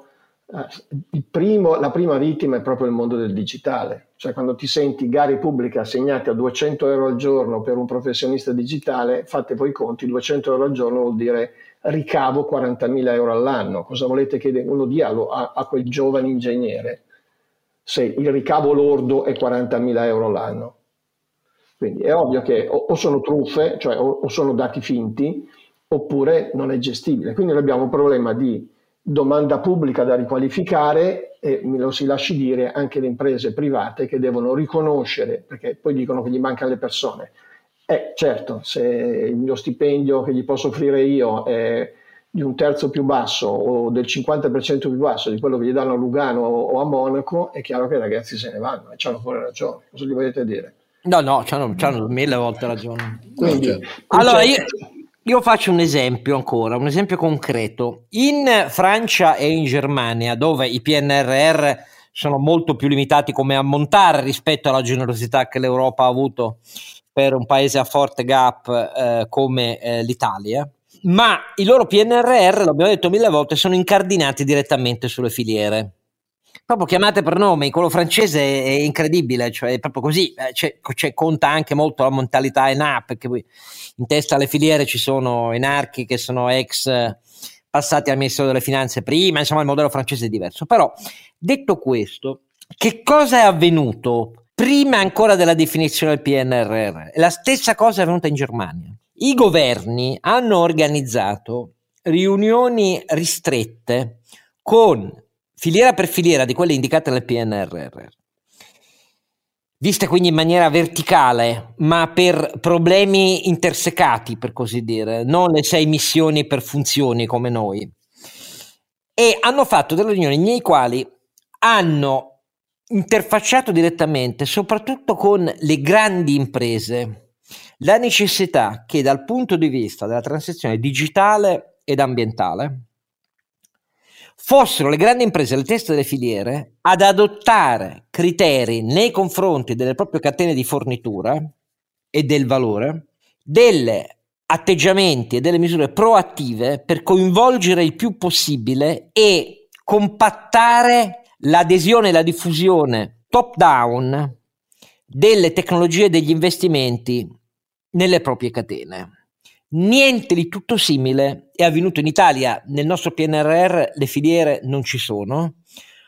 la prima vittima è proprio il mondo del digitale. Cioè quando ti senti gare pubbliche assegnate a 200 euro al giorno per un professionista digitale, fate voi i conti, 200 euro al giorno vuol dire ricavo 40.000 euro all'anno. Cosa volete che uno dia a quel giovane ingegnere se il ricavo lordo è 40.000 euro l'anno? Quindi è ovvio che o sono truffe, cioè o sono dati finti, oppure non è gestibile. Quindi noi abbiamo un problema di domanda pubblica da riqualificare e, me lo si lasci dire, anche le imprese private che devono riconoscere, perché poi dicono che gli mancano le persone. Certo, se lo stipendio che gli posso offrire io è di un terzo più basso o del 50% più basso di quello che gli danno a Lugano o a Monaco, è chiaro che i ragazzi se ne vanno e c'hanno pure ragione. Cosa gli volete dire? No, c'hanno 1000 volte ragione. Quindi, allora io faccio un esempio ancora, un esempio concreto. In Francia e in Germania, dove i PNRR sono molto più limitati come ammontare rispetto alla generosità che l'Europa ha avuto per un paese a forte gap come l'Italia, ma i loro PNRR, l'abbiamo detto 1000 volte, sono incardinati direttamente sulle filiere. Proprio chiamate per nome, quello francese è incredibile, cioè è proprio così, conta anche molto la mentalità ENA, perché poi in testa alle filiere ci sono enarchi che sono ex passati al Ministero delle Finanze prima, insomma il modello francese è diverso. Però detto questo, che cosa è avvenuto prima ancora della definizione del PNRR? La stessa cosa è avvenuta in Germania. I governi hanno organizzato riunioni ristrette con filiera per filiera di quelle indicate nel PNRR, viste quindi in maniera verticale, ma per problemi intersecati, per così dire, non le 6 missioni per funzioni come noi. E hanno fatto delle riunioni nei quali hanno interfacciato direttamente, soprattutto con le grandi imprese, la necessità che dal punto di vista della transizione digitale ed ambientale fossero le grandi imprese alle teste delle filiere ad adottare criteri nei confronti delle proprie catene di fornitura e del valore, degli atteggiamenti e delle misure proattive per coinvolgere il più possibile e compattare l'adesione e la diffusione top down delle tecnologie e degli investimenti nelle proprie catene. Niente di tutto simile è avvenuto in Italia. Nel nostro PNRR le filiere non ci sono,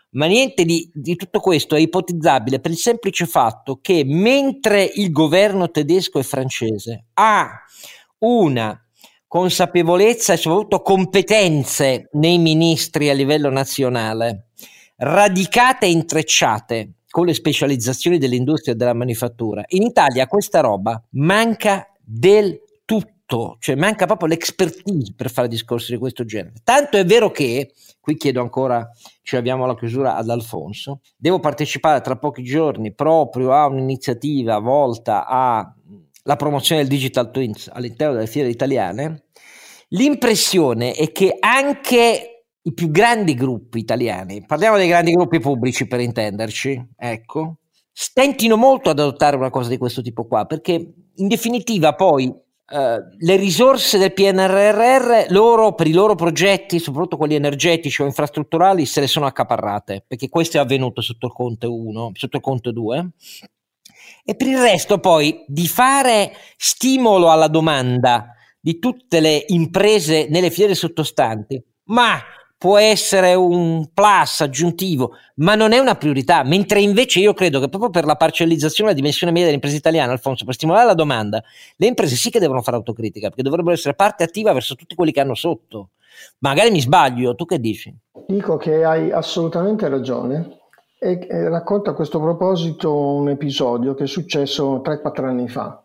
Ma niente di tutto questo è ipotizzabile per il semplice fatto che mentre il governo tedesco e francese ha una consapevolezza e soprattutto competenze nei ministri a livello nazionale radicate e intrecciate con le specializzazioni dell'industria e della manifattura, in Italia questa roba manca del tutto, cioè manca proprio l'expertise per fare discorsi di questo genere. Tanto è vero che, qui chiedo ancora, abbiamo la chiusura ad Alfonso, devo partecipare tra pochi giorni proprio a un'iniziativa volta alla promozione del Digital Twins all'interno delle fiere italiane. L'impressione è che anche i più grandi gruppi italiani, parliamo dei grandi gruppi pubblici per intenderci, ecco, stentino molto ad adottare una cosa di questo tipo qua, perché in definitiva poi le risorse del PNRR loro per i loro progetti, soprattutto quelli energetici o infrastrutturali, se le sono accaparrate, perché questo è avvenuto sotto il Conte 1, sotto il Conte 2, e per il resto poi di fare stimolo alla domanda di tutte le imprese nelle fiere sottostanti, ma può essere un plus aggiuntivo, ma non è una priorità, mentre invece io credo che proprio per la parcellizzazione e la dimensione media delle imprese italiane, Alfonso, per stimolare la domanda, le imprese sì che devono fare autocritica, perché dovrebbero essere parte attiva verso tutti quelli che hanno sotto. Magari mi sbaglio, tu che dici? Dico che hai assolutamente ragione e racconto a questo proposito un episodio che è successo 3-4 anni fa.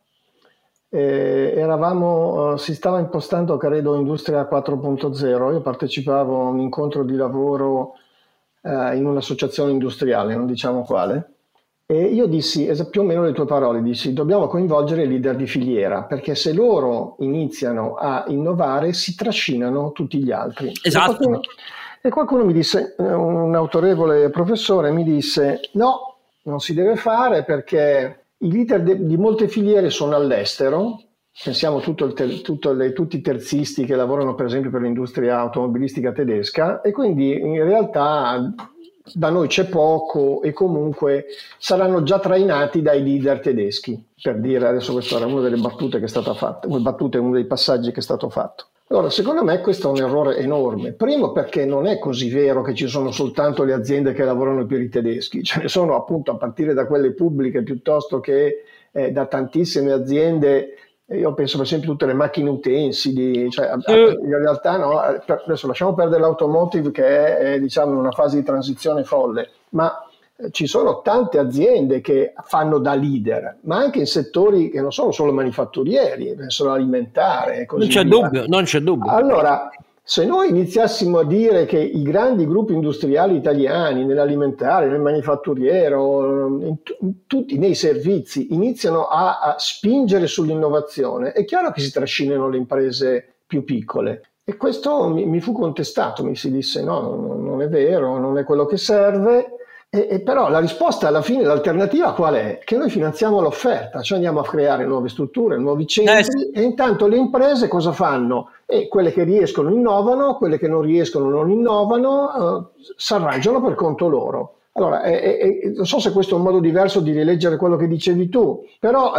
Si stava impostando, credo, Industria 4.0. Io partecipavo a un incontro di lavoro in un'associazione industriale, non diciamo quale, e io dissi più o meno le tue parole, dissi dobbiamo coinvolgere i leader di filiera, perché se loro iniziano a innovare si trascinano tutti gli altri. Esatto. E qualcuno mi disse, un autorevole professore mi disse no, non si deve fare perché i leader di molte filiere sono all'estero, pensiamo tutti i terzisti che lavorano per esempio per l'industria automobilistica tedesca, e quindi in realtà da noi c'è poco e comunque saranno già trainati dai leader tedeschi, per dire, adesso questa era una delle battute che è stata fatta, uno dei passaggi che è stato fatto. Allora, secondo me questo è un errore enorme. Primo perché non è così vero che ci sono soltanto le aziende che lavorano per i tedeschi, ce ne sono appunto a partire da quelle pubbliche piuttosto che da tantissime aziende. Io penso per esempio a tutte le macchine utensili, in realtà no, adesso lasciamo perdere l'automotive che è diciamo in una fase di transizione folle, ma ci sono tante aziende che fanno da leader, ma anche in settori che non sono solo manifatturieri, penso all'alimentare e così via. Non c'è dubbio. Allora, se noi iniziassimo a dire che i grandi gruppi industriali italiani nell'alimentare, nel manifatturiero, tutti nei servizi iniziano a spingere sull'innovazione, è chiaro che si trascinano le imprese più piccole. E questo mi fu contestato, mi si disse no, non è vero, non è quello che serve. E però la risposta alla fine, l'alternativa qual è? Che noi finanziamo l'offerta, cioè andiamo a creare nuove strutture, nuovi centri, e intanto le imprese cosa fanno? E quelle che riescono innovano, quelle che non riescono non innovano, si arrangiano per conto loro. Allora, non so se questo è un modo diverso di rileggere quello che dicevi tu, però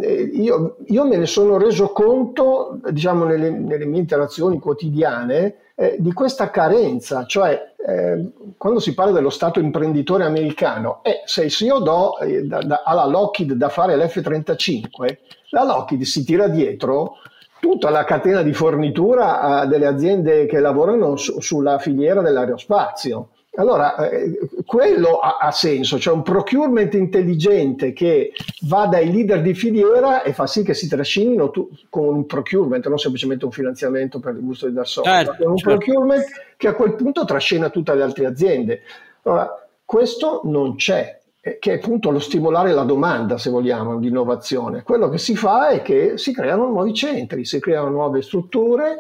io me ne sono reso conto, diciamo, nelle mie interazioni quotidiane, di questa carenza, cioè quando si parla dello stato imprenditore americano, se io do alla Lockheed da fare l'F-35, la Lockheed si tira dietro tutta la catena di fornitura delle aziende che lavorano sulla filiera dell'aerospazio. Allora, quello ha senso, cioè un procurement intelligente che va dai leader di filiera e fa sì che si trascinino con un procurement, non semplicemente un finanziamento per il gusto di dar soldi, ma con un procurement che a quel punto trascina tutte le altre aziende. Allora, questo non c'è, che è appunto lo stimolare la domanda, se vogliamo, di innovazione. Quello che si fa è che si creano nuovi centri, si creano nuove strutture,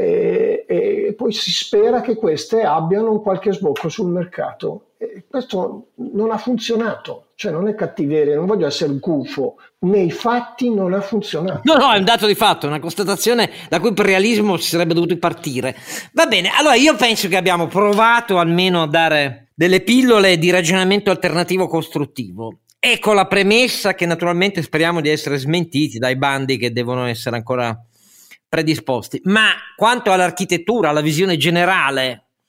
e poi si spera che queste abbiano un qualche sbocco sul mercato. E questo non ha funzionato, cioè non è cattiveria, non voglio essere gufo, nei fatti non ha funzionato. No, è un dato di fatto, una constatazione da cui per realismo si sarebbe dovuto partire. Va bene, allora io penso che abbiamo provato almeno a dare delle pillole di ragionamento alternativo costruttivo. Ecco la premessa che naturalmente speriamo di essere smentiti dai bandi che devono essere ancora predisposti, ma quanto all'architettura, alla visione generale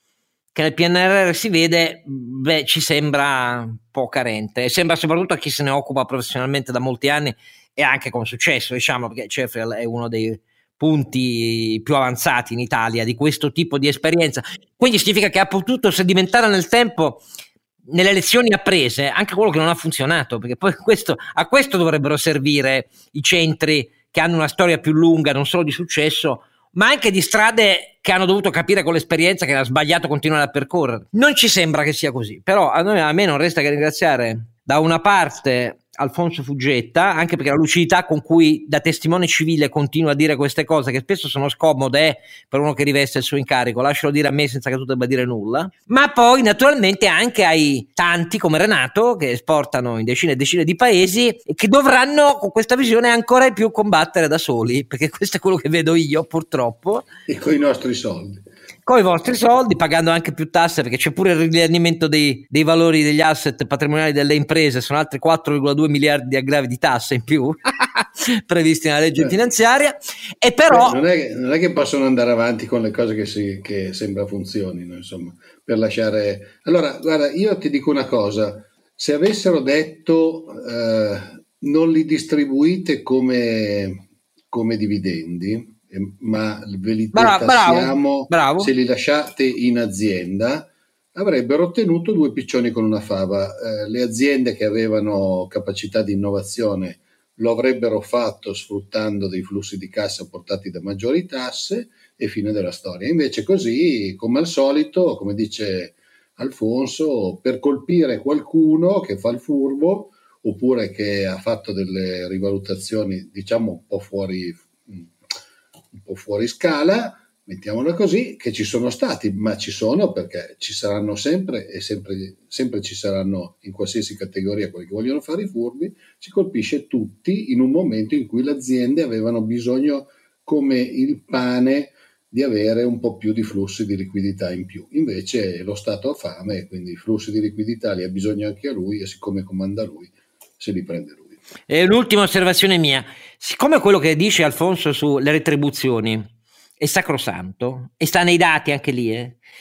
che nel PNRR si vede, ci sembra un po' carente, e sembra soprattutto a chi se ne occupa professionalmente da molti anni e anche con successo, diciamo, perché Sheffield è uno dei punti più avanzati in Italia di questo tipo di esperienza, quindi significa che ha potuto sedimentare nel tempo, nelle lezioni apprese, anche quello che non ha funzionato, perché poi a questo dovrebbero servire i centri che hanno una storia più lunga, non solo di successo, ma anche di strade che hanno dovuto capire con l'esperienza che era sbagliato continuare a percorrere. Non ci sembra che sia così, però a me non resta che ringraziare da una parte Alfonso Fuggetta, anche perché la lucidità con cui da testimone civile continua a dire queste cose, che spesso sono scomode per uno che riveste il suo incarico, lascialo dire a me senza che tu debba dire nulla, ma poi naturalmente anche ai tanti come Renato che esportano in decine e decine di paesi e che dovranno con questa visione ancora di più combattere da soli, perché questo è quello che vedo io purtroppo. E con i nostri soldi. Con i vostri soldi, pagando anche più tasse, perché c'è pure il riallineamento dei valori degli asset patrimoniali delle imprese, sono altri 4,2 miliardi di aggravi di tasse in più previsti nella legge finanziaria. E però non è che possono andare avanti con le cose che sembra funzionino, insomma, per lasciare. Allora, guarda, io ti dico una cosa: se avessero detto non li distribuite come dividendi, ma ve li tassiamo se li lasciate in azienda, avrebbero ottenuto due piccioni con una fava. Le aziende che avevano capacità di innovazione lo avrebbero fatto sfruttando dei flussi di cassa portati da maggiori tasse e fine della storia. Invece così, come al solito, come dice Alfonso, per colpire qualcuno che fa il furbo oppure che ha fatto delle rivalutazioni diciamo un po' fuori scala, mettiamola così, che ci sono stati, ma ci sono perché ci saranno sempre e sempre ci saranno in qualsiasi categoria quelli che vogliono fare i furbi. Si colpisce tutti in un momento in cui le aziende avevano bisogno come il pane di avere un po' più di flussi di liquidità in più. Invece lo Stato ha fame e quindi i flussi di liquidità li ha bisogno anche a lui, e siccome comanda lui se li prende lui. E l'ultima osservazione mia: siccome quello che dice Alfonso sulle retribuzioni è sacrosanto e sta nei dati anche lì,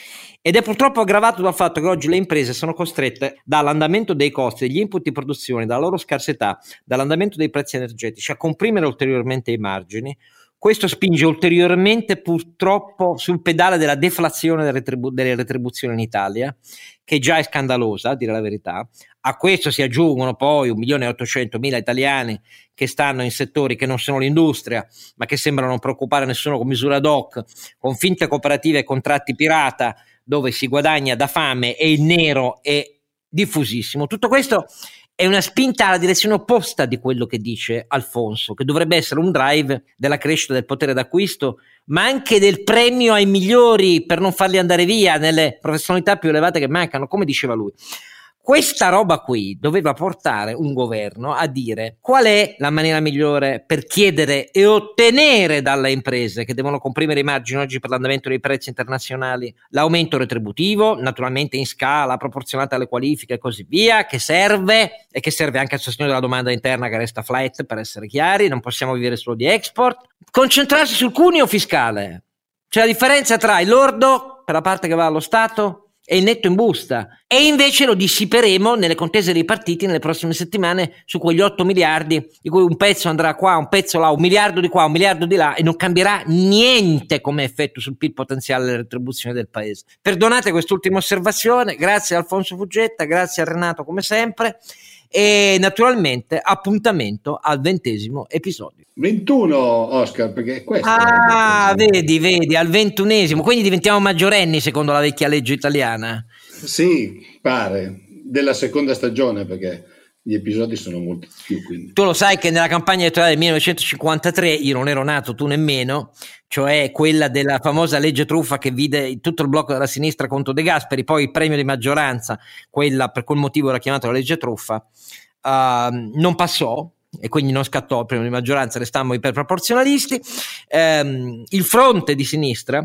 ed è purtroppo aggravato dal fatto che oggi le imprese sono costrette dall'andamento dei costi, degli input di produzione, dalla loro scarsità, dall'andamento dei prezzi energetici a comprimere ulteriormente i margini. Questo spinge ulteriormente purtroppo sul pedale della deflazione delle retribuzioni in Italia, che già è scandalosa, a dire la verità. A questo si aggiungono poi 1.800.000 italiani che stanno in settori che non sono l'industria, ma che sembrano non preoccupare nessuno con misure ad hoc, con finte cooperative e contratti pirata, dove si guadagna da fame e il nero è diffusissimo. Tutto questo è una spinta alla direzione opposta di quello che dice Alfonso, che dovrebbe essere un drive della crescita del potere d'acquisto, ma anche del premio ai migliori per non farli andare via nelle professionalità più elevate che mancano, come diceva lui. Questa roba qui doveva portare un governo a dire qual è la maniera migliore per chiedere e ottenere dalle imprese, che devono comprimere i margini oggi per l'andamento dei prezzi internazionali, l'aumento retributivo, naturalmente in scala proporzionata alle qualifiche e così via, che serve e che serve anche al sostegno della domanda interna, che resta flat, per essere chiari. Non possiamo vivere solo di export. Concentrarsi sul cuneo fiscale, c'è la differenza tra il lordo per la parte che va allo Stato e il netto in busta, e invece lo dissiperemo nelle contese dei partiti nelle prossime settimane su quegli 8 miliardi di cui un pezzo andrà qua, un pezzo là, 1 miliardo di qua, 1 miliardo di là, e non cambierà niente come effetto sul PIL potenziale delle retribuzioni del paese. Perdonate quest'ultima osservazione, grazie a Alfonso Fuggetta, grazie a Renato come sempre, e naturalmente appuntamento al 20° episodio. 21, Oscar, perché è questo. Vedi, al 21°, quindi diventiamo maggiorenni secondo la vecchia legge italiana. Sì, pare, della seconda stagione, perché gli episodi sono molti più. Quindi. Tu lo sai che nella campagna elettorale del 1953, io non ero nato, tu nemmeno, cioè quella della famosa legge truffa che vide tutto il blocco della sinistra contro De Gasperi, poi il premio di maggioranza, quella per quel motivo era chiamata la legge truffa, non passò, e quindi non scattò il premio di maggioranza, restammo iperproporzionalisti. Il fronte di sinistra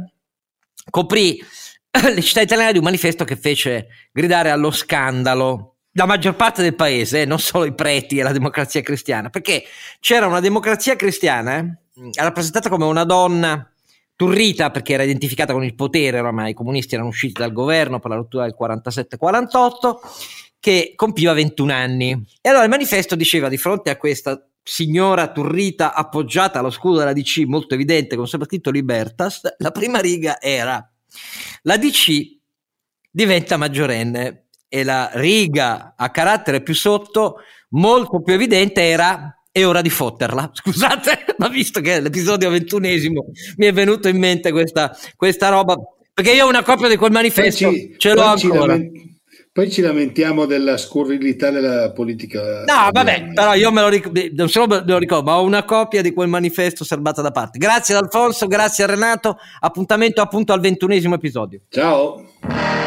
coprì le città italiane di un manifesto che fece gridare allo scandalo la maggior parte del paese, non solo i preti e la democrazia cristiana, perché c'era una democrazia cristiana rappresentata come una donna Turrita, perché era identificata con il potere, oramai i comunisti erano usciti dal governo per la rottura del 47-48, che compiva 21 anni. E allora il manifesto diceva, di fronte a questa signora Turrita appoggiata allo scudo della DC, molto evidente, con soprattutto Libertas, la prima riga era: la DC diventa maggiorenne, e la riga a carattere più sotto, molto più evidente, era: è ora di fotterla. Scusate, ma visto che è l'episodio 21esimo mi è venuto in mente questa roba, perché io ho una copia di quel manifesto, ce l'ho ancora. Poi ci lamentiamo della scurrilità della politica. No, vabbè, però io non solo me lo ricordo, ma ho una copia di quel manifesto serbata da parte. Grazie ad Alfonso, grazie a Renato, appuntamento appunto al 21esimo episodio. Ciao.